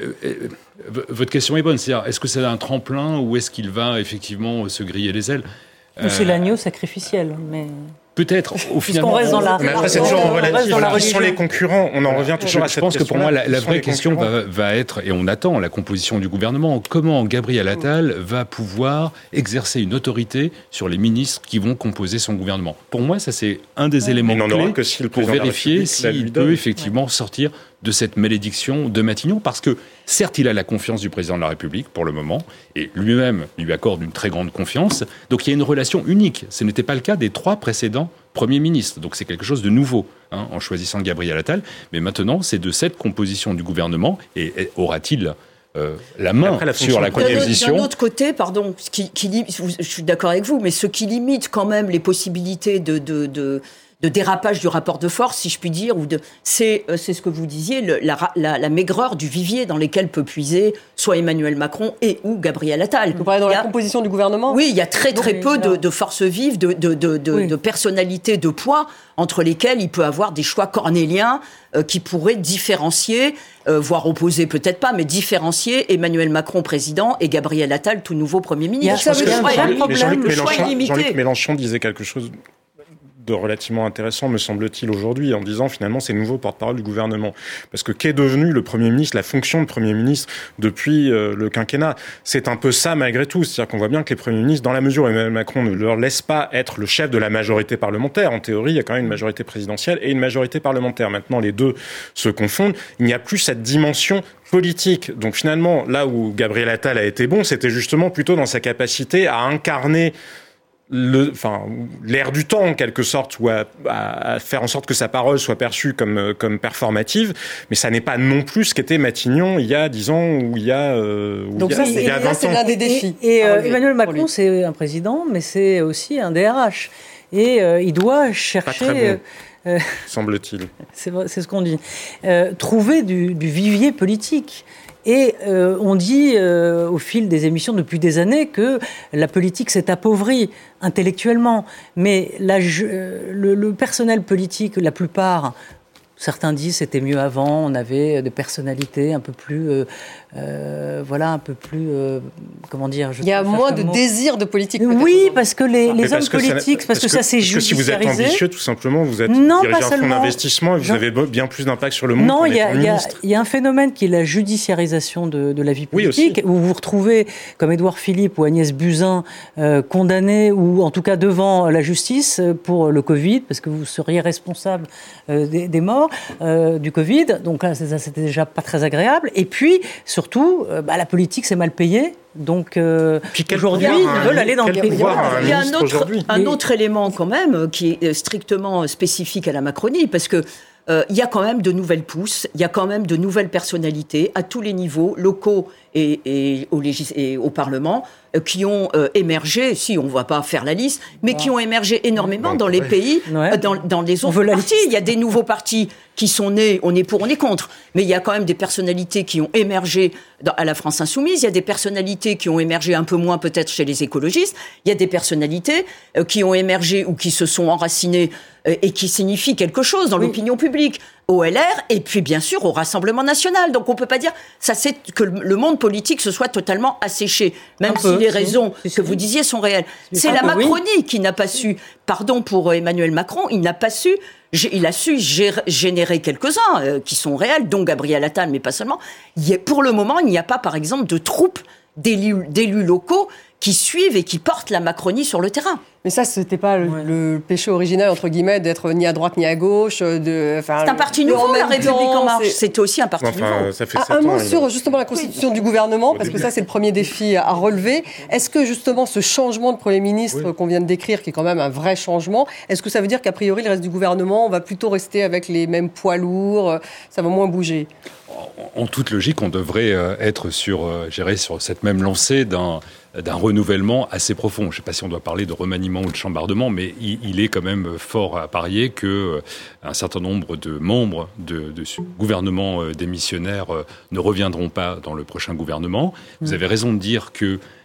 Votre question est bonne, c'est-à-dire, est-ce que c'est un tremplin ou est-ce qu'il va effectivement se griller les ailes ? Ou c'est l'agneau sacrificiel, mais... peut-être au final. Mais après, c'est toujours relatif. Qui sont les concurrents ? On en revient toujours à cette question. Je pense que pour moi, la vraie question va être, et on attend la composition du gouvernement, comment Gabriel Attal va pouvoir exercer une autorité sur les ministres qui vont composer son gouvernement. Pour moi, ça c'est un des éléments clés pour vérifier s'il peut effectivement sortir de cette malédiction de Matignon, parce que certes, il a la confiance du président de la République pour le moment, et lui-même lui accorde une très grande confiance. Donc il y a une relation unique. Ce n'était pas le cas des 3 précédents Premiers ministres. Donc c'est quelque chose de nouveau en choisissant Gabriel Attal. Mais maintenant, c'est de cette composition du gouvernement, et aura-t-il la main sur la composition. D'un autre côté, pardon, je suis d'accord avec vous, mais ce qui limite quand même les possibilités de dérapage du rapport de force, si je puis dire, c'est ce que vous disiez, la maigreur du vivier dans lequel peut puiser soit Emmanuel Macron et ou Gabriel Attal. Vous parlez la composition du gouvernement ? Oui, il y a très peu de forces vives, de personnalités, de poids, entre lesquelles il peut avoir des choix cornéliens qui pourraient différencier, voire opposer peut-être pas, mais différencier Emmanuel Macron président et Gabriel Attal tout nouveau Premier ministre. Jean-Luc Mélenchon disait quelque chose de relativement intéressant, me semble-t-il, aujourd'hui, en disant finalement c'est nouveau porte-parole du gouvernement. Parce que qu'est devenu le Premier ministre, la fonction de Premier ministre depuis le quinquennat ? C'est un peu ça malgré tout. C'est-à-dire qu'on voit bien que les Premiers ministres, dans la mesure où Emmanuel Macron ne leur laisse pas être le chef de la majorité parlementaire, en théorie, il y a quand même une majorité présidentielle et une majorité parlementaire. Maintenant, les deux se confondent. Il n'y a plus cette dimension politique. Donc finalement, là où Gabriel Attal a été bon, c'était justement plutôt dans sa capacité à incarner l'air du temps en quelque sorte, ou à faire en sorte que sa parole soit perçue comme performative, mais ça n'est pas non plus ce qu'était Matignon il y a 10 ans ou il y a 20 ans. C'est l'un des défis. Et Emmanuel Macron, c'est un président, mais c'est aussi un DRH. Et il doit chercher... Pas très bon, semble-t-il. C'est ce qu'on dit. Trouver du vivier politique. Et on dit au fil des émissions depuis des années que la politique s'est appauvrie intellectuellement. Mais le personnel politique, la plupart, certains disent c'était mieux avant, on avait des personnalités un peu plus... un peu plus... comment dire Il y a moins de désir de politique. Oui, parce que les hommes politiques, parce que ça s'est judiciarisé. Parce que si vous êtes ambitieux, tout simplement, vous êtes dirigé un fonds d'investissement et vous avez bien plus d'impact sur le monde. Non, il y a un phénomène qui est la judiciarisation de la vie politique, où vous vous retrouvez, comme Édouard Philippe ou Agnès Buzyn, condamnés, ou en tout cas devant la justice pour le Covid, parce que vous seriez responsable des morts du Covid. Donc là, ça, c'était déjà pas très agréable. Et puis, surtout, la politique, c'est mal payé. Donc, aujourd'hui, ils veulent aller dans le privé. Il y a un autre élément, quand même, qui est strictement spécifique à la Macronie, parce que il y a quand même de nouvelles pousses, il y a quand même de nouvelles personnalités à tous les niveaux, locaux et au Parlement, qui ont émergé, si on ne va pas faire la liste, mais qui ont émergé énormément dans les pays, dans les autres partis. Il y a des nouveaux partis qui sont nés, on est pour, on est contre, mais il y a quand même des personnalités qui ont émergé à la France Insoumise, il y a des personnalités qui ont émergé un peu moins peut-être chez les écologistes, il y a des personnalités qui ont émergé ou qui se sont enracinées et qui signifient quelque chose dans l'opinion publique, au LR et puis bien sûr au Rassemblement national. Donc on ne peut pas dire que le monde politique se soit totalement asséché, même si les raisons que vous disiez sont réelles. C'est la Macronie qui n'a pas su, pardon pour Emmanuel Macron, il a su générer quelques-uns qui sont réels, dont Gabriel Attal, mais pas seulement. Pour le moment, il n'y a pas, par exemple, de troupes d'élus locaux qui suivent et qui portent la Macronie sur le terrain. Mais ça, c'était pas le péché original, entre guillemets, d'être ni à droite ni à gauche. C'est un parti nouveau, la République En Marche. C'était aussi un parti nouveau. Ça fait un mot sur justement la constitution du gouvernement, parce que ça, c'est le premier défi à relever. Est-ce que justement ce changement de Premier ministre qu'on vient de décrire, qui est quand même un vrai changement, est-ce que ça veut dire qu'a priori, le reste du gouvernement, on va plutôt rester avec les mêmes poids lourds, ça va moins bouger ? En toute logique, on devrait être sur cette même lancée d'un renouvellement assez profond. Je ne sais pas si on doit parler de remaniement ou de chambardement, mais il est quand même fort à parier qu'un certain nombre de membres de ce gouvernement démissionnaire ne reviendront pas dans le prochain gouvernement. Vous avez raison de dire que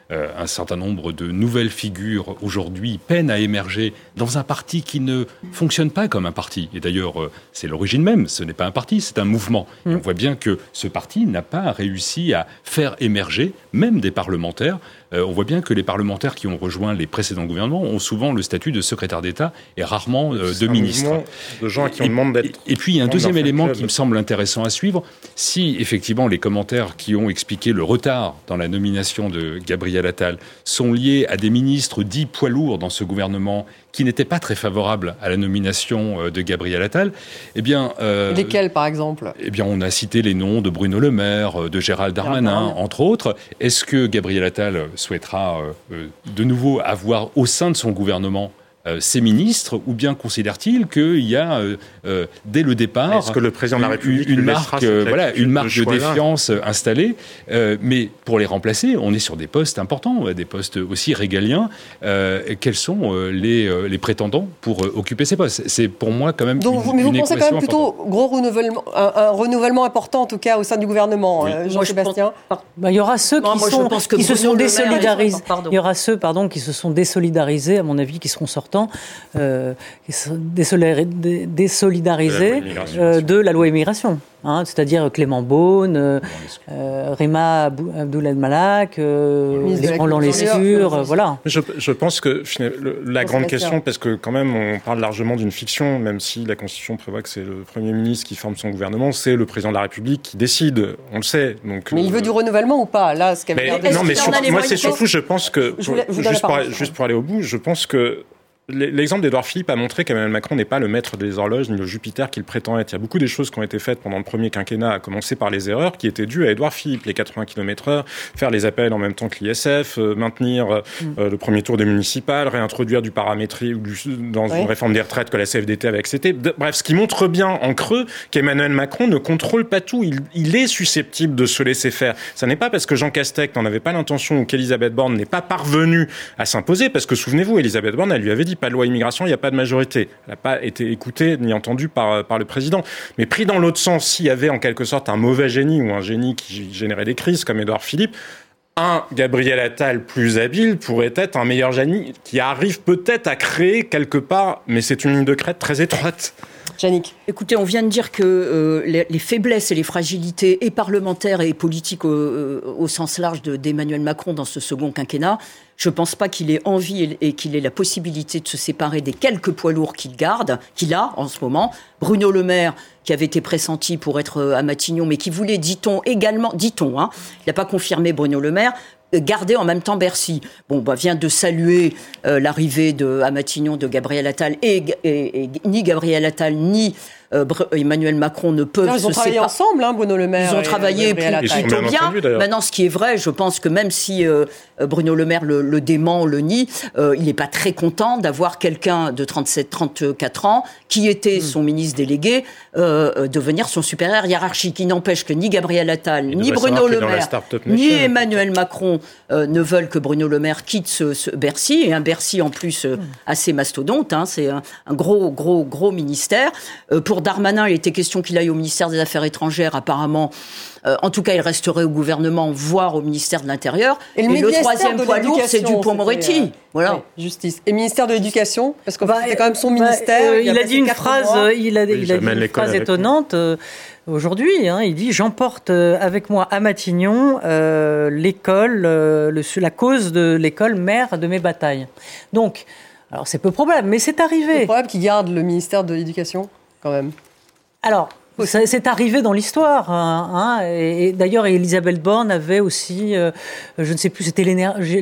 un certain nombre de nouvelles figures aujourd'hui peinent à émerger dans un parti qui ne fonctionne pas comme un parti. Et d'ailleurs, c'est l'origine même, ce n'est pas un parti, c'est un mouvement. Et on voit bien que ce parti n'a pas réussi à faire émerger, même des parlementaires. On voit bien que les parlementaires qui ont rejoint les précédents gouvernements ont souvent le statut de secrétaire d'État et rarement de ministre. De gens à qui on demande d'être... Et puis, il y a un deuxième élément qui me semble intéressant à suivre. Si, effectivement, les commentaires qui ont expliqué le retard dans la nomination de Gabriel Attal sont liés à des ministres dits poids lourds dans ce gouvernement qui n'étaient pas très favorables à la nomination de Gabriel Attal, eh bien... Lesquels, par exemple ? Eh bien, on a cité les noms de Bruno Le Maire, de Gérald Darmanin, entre autres. Est-ce que Gabriel Attal souhaitera de nouveau avoir au sein de son gouvernement ces ministres, ou bien considère-t-il qu'il y a dès le départ Est-ce que le président de la République une marque de défiance installée, mais pour les remplacer, on est sur des postes importants, des postes aussi régaliens. Quels sont les prétendants pour occuper ces postes? C'est pour moi quand même mais vous pensez quand même plutôt gros renouvellement, un renouvellement important en tout cas au sein du gouvernement, Jean-Sébastien. Il y aura ceux qui se sont désolidarisés. Il y aura ceux, qui se sont désolidarisés, à mon avis, qui seront sortis. Désolidarisés de la loi immigration. C'est-à-dire Clément Beaune, Rima Abdul Malak, Roland Lescure, voilà. Je pense que la grande question, parce que quand même on parle largement d'une fiction, même si la Constitution prévoit que c'est le Premier ministre qui forme son gouvernement, c'est le président de la République qui décide, on le sait. Donc, mais il veut du renouvellement ou pas? Là, ce moi c'est surtout, je pense que, juste pour aller au bout, je pense que l'exemple d'Édouard Philippe a montré qu'Emmanuel Macron n'est pas le maître des horloges ni le Jupiter qu'il prétend être. Il y a beaucoup des choses qui ont été faites pendant le premier quinquennat, à commencer par les erreurs qui étaient dues à Édouard Philippe, les 80 km/h, faire les appels en même temps que l'ISF, maintenir le premier tour des municipales, réintroduire du paramétrie dans une réforme des retraites que la CFDT avait accepté. Bref, ce qui montre bien en creux qu'Emmanuel Macron ne contrôle pas tout. Il est susceptible de se laisser faire. Ça n'est pas parce que Jean Castex n'en avait pas l'intention ou qu'Elisabeth Borne n'est pas parvenue à s'imposer, parce que souvenez-vous, Elisabeth Borne, elle lui avait dit pas de loi immigration, il n'y a pas de majorité. Elle n'a pas été écoutée ni entendue par le président. Mais pris dans l'autre sens, s'il y avait en quelque sorte un mauvais génie ou un génie qui générait des crises comme Édouard Philippe, un Gabriel Attal plus habile pourrait être un meilleur génie qui arrive peut-être à créer quelque part, mais c'est une ligne de crête très étroite. Yannick. Écoutez, on vient de dire que les faiblesses et les fragilités et parlementaires et politiques au sens large d'Emmanuel Macron dans ce second quinquennat, je ne pense pas qu'il ait envie et qu'il ait la possibilité de se séparer des quelques poids lourds qu'il a en ce moment. Bruno Le Maire, qui avait été pressenti pour être à Matignon, mais qui voulait, dit-on, il n'a pas confirmé Bruno Le Maire, garder en même temps Bercy. Vient de saluer l'arrivée à Matignon de Gabriel Attal et ni Gabriel Attal ni Emmanuel Macron ne peuvent se séparer. Ils ont travaillé ensemble, Bruno Le Maire. Ils ont travaillé plutôt bien. Maintenant, ce qui est vrai, je pense que même si Bruno Le Maire le dément, le nie, il n'est pas très content d'avoir quelqu'un de 37-34 ans qui était son ministre délégué devenir son supérieur hiérarchique. Qui n'empêche que ni Gabriel Attal, ni Bruno Le Maire, ni Emmanuel Macron ne veulent que Bruno Le Maire quitte ce Bercy, et un Bercy en plus assez mastodonte. C'est un gros ministère. Pour Darmanin, il était question qu'il aille au ministère des Affaires étrangères, apparemment. En tout cas, il resterait au gouvernement, voire au ministère de l'Intérieur. Et le troisième poids lourd, c'est Dupond-Moretti. Voilà. Oui, justice. Et ministère de l'Éducation, parce que c'était quand même son ministère. Il a dit une phrase, une phrase étonnante aujourd'hui. Il dit: j'emporte avec moi à Matignon l'école, la cause de l'école mère de mes batailles. Donc, alors c'est peu probable, mais c'est arrivé. C'est probable qu'il garde le ministère de l'Éducation, quand même. Alors, c'est arrivé dans l'histoire. Et d'ailleurs, Elisabeth Borne avait aussi, je ne sais plus, c'était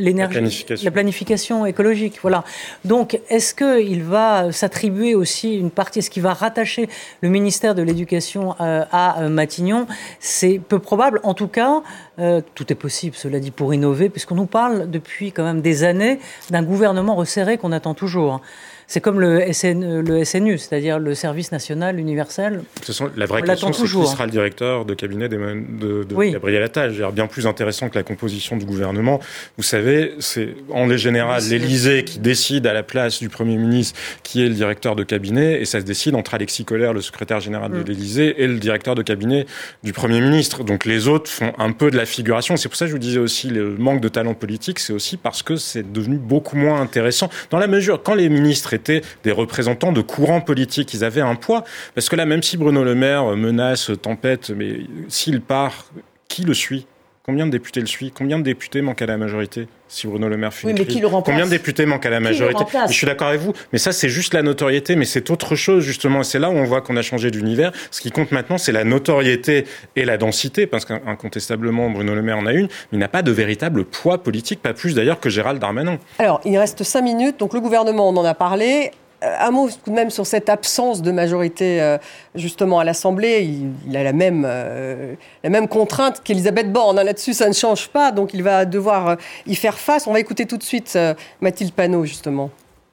la planification écologique. Voilà. Donc, est-ce qu'il va s'attribuer aussi une partie, est-ce qu'il va rattacher le ministère de l'Éducation à Matignon? C'est peu probable. En tout cas, tout est possible, cela dit, pour innover, puisqu'on nous parle depuis quand même des années d'un gouvernement resserré qu'on attend toujours. C'est comme le SNU, c'est-à-dire le service national universel. La vraie question, c'est qui sera le directeur de cabinet de Gabriel Attal. C'est bien plus intéressant que la composition du gouvernement. Vous savez, c'est en général l'Élysée qui décide à la place du Premier ministre qui est le directeur de cabinet, et ça se décide entre Alexis Kohler, le secrétaire général de l'Élysée, et le directeur de cabinet du Premier ministre. Donc les autres font un peu de la figuration. C'est pour ça que je vous disais aussi le manque de talent politique, c'est aussi parce que c'est devenu beaucoup moins intéressant. Dans la mesure, quand les ministres étaient des représentants de courants politiques, ils avaient un poids. Parce que là, même si Bruno Le Maire menace, tempête, mais s'il part, qui le suit ? Combien de députés le suit ? Combien de députés manquent à la majorité si Bruno Le Maire fait une crise ? Combien de députés manquent à la majorité ? Je suis d'accord avec vous, mais ça c'est juste la notoriété, mais c'est autre chose justement. Et c'est là où on voit qu'on a changé d'univers. Ce qui compte maintenant, c'est la notoriété et la densité, parce qu'incontestablement Bruno Le Maire en a une, mais il n'a pas de véritable poids politique, pas plus d'ailleurs que Gérald Darmanin. Alors, il reste 5 minutes, donc le gouvernement, on en a parlé. Un mot tout de même sur cette absence de majorité justement à l'Assemblée. Il a la même contrainte qu'Elisabeth Borne. Là-dessus, ça ne change pas, donc il va devoir y faire face. On va écouter tout de suite Mathilde Panot, justement.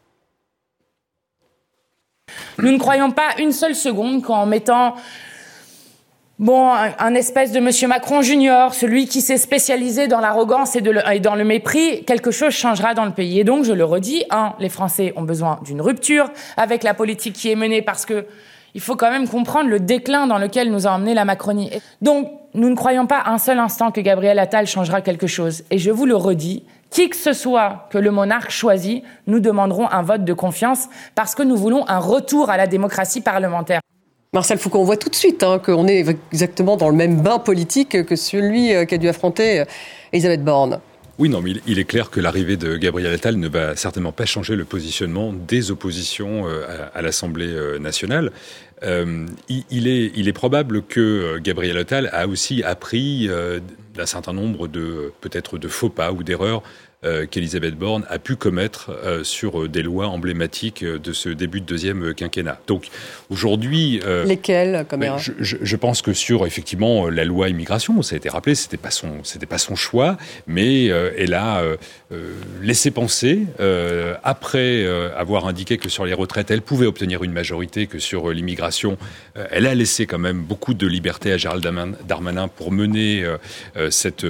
Nous ne croyons pas une seule seconde qu'en mettant un espèce de Monsieur Macron Junior, celui qui s'est spécialisé dans l'arrogance et dans le mépris, quelque chose changera dans le pays. Et donc, je le redis, les Français ont besoin d'une rupture avec la politique qui est menée, parce que il faut quand même comprendre le déclin dans lequel nous a emmené la Macronie. Donc, nous ne croyons pas un seul instant que Gabriel Attal changera quelque chose. Et je vous le redis, qui que ce soit que le monarque choisit, nous demanderons un vote de confiance, parce que nous voulons un retour à la démocratie parlementaire. Martial Foucault, on voit tout de suite qu'on est exactement dans le même bain politique que celui qu'a dû affronter Elisabeth Borne. Oui, non, mais il est clair que l'arrivée de Gabriel Attal ne va certainement pas changer le positionnement des oppositions à l'Assemblée nationale. Il est probable que Gabriel Attal a aussi appris d'un certain nombre peut-être de faux pas ou d'erreurs qu'Elisabeth Borne a pu commettre sur des lois emblématiques de ce début de deuxième quinquennat. Donc aujourd'hui... Lesquelles comme erreur ? Je pense que sur effectivement la loi immigration, ça a été rappelé, c'était pas son choix, mais elle a laissé penser, après avoir indiqué que sur les retraites, elle pouvait obtenir une majorité, que sur l'immigration, elle a laissé quand même beaucoup de liberté à Gérald Darmanin pour mener cette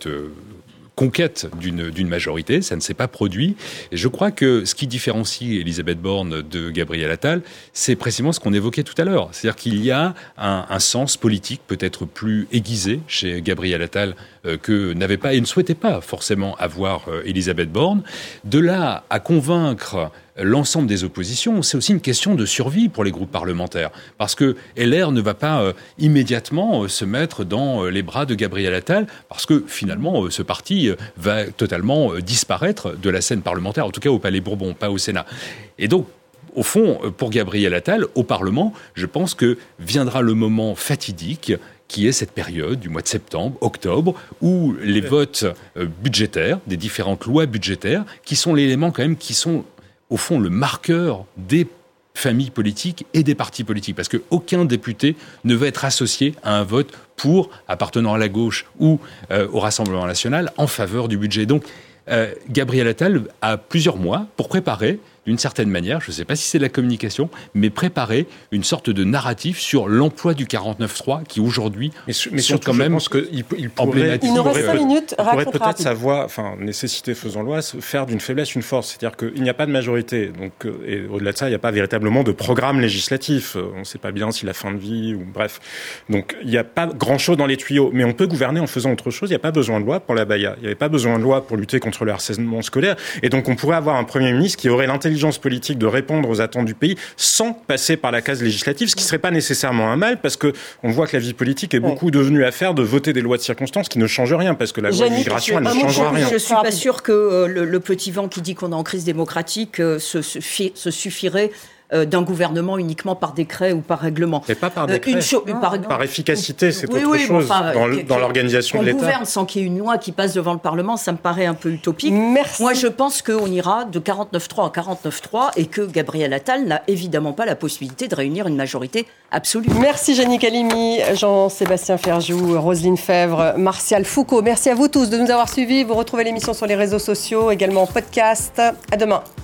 conquête d'une majorité. Ça ne s'est pas produit. Et je crois que ce qui différencie Elisabeth Borne de Gabriel Attal, c'est précisément ce qu'on évoquait tout à l'heure. C'est-à-dire qu'il y a un sens politique peut-être plus aiguisé chez Gabriel Attal que n'avait pas et ne souhaitait pas forcément avoir Elisabeth Borne. De là à convaincre l'ensemble des oppositions, c'est aussi une question de survie pour les groupes parlementaires. Parce que LR ne va pas immédiatement se mettre dans les bras de Gabriel Attal, parce que finalement, ce parti va totalement disparaître de la scène parlementaire, en tout cas au Palais Bourbon, pas au Sénat. Et donc, au fond, pour Gabriel Attal, au Parlement, je pense que viendra le moment fatidique qui est cette période du mois de septembre, octobre, où les votes budgétaires, des différentes lois budgétaires, qui sont l'élément quand même qui sont au fond le marqueur des familles politiques et des partis politiques, parce qu'aucun député ne va être associé à un vote pour, appartenant à la gauche ou au Rassemblement national, en faveur du budget. Donc, Gabriel Attal a plusieurs mois pour préparer, d'une certaine manière, je ne sais pas si c'est de la communication, mais préparer une sorte de narratif sur l'emploi du 49.3 qui aujourd'hui sont quand même emblématiques. Il nous reste 5 minutes. Il pourrait peut-être sa voix, nécessité faisant loi, faire d'une faiblesse une force. C'est-à-dire qu'il n'y a pas de majorité. Donc, et au-delà de ça, il n'y a pas véritablement de programme législatif. On ne sait pas bien si la fin de vie ou bref. Donc, il n'y a pas grand-chose dans les tuyaux. Mais on peut gouverner en faisant autre chose. Il n'y a pas besoin de loi pour la baya. Il n'y avait pas besoin de loi pour lutter contre le harcèlement scolaire. Et donc, on pourrait avoir un Premier ministre qui aurait l'intelligence politique de répondre aux attentes du pays sans passer par la case législative, ce qui ne serait pas nécessairement un mal, parce qu'on voit que la vie politique est beaucoup devenue affaire de voter des lois de circonstance qui ne changent rien, parce que la loi d'immigration, elle ne changera rien. Je ne suis pas sûre que le petit vent qui dit qu'on est en crise démocratique se suffirait d'un gouvernement uniquement par décret ou par règlement. Mais pas par décret. Par efficacité, c'est autre chose dans l'organisation de l'État. On gouverne sans qu'il y ait une loi qui passe devant le Parlement, ça me paraît un peu utopique. Merci. Moi, je pense qu'on ira de 49.3 à 49.3 et que Gabriel Attal n'a évidemment pas la possibilité de réunir une majorité absolue. Merci Jeannick Halimi, Jean-Sébastien Ferjou, Roselyne Fèvre, Martial Foucault. Merci à vous tous de nous avoir suivis. Vous retrouvez l'émission sur les réseaux sociaux, également en podcast. À demain.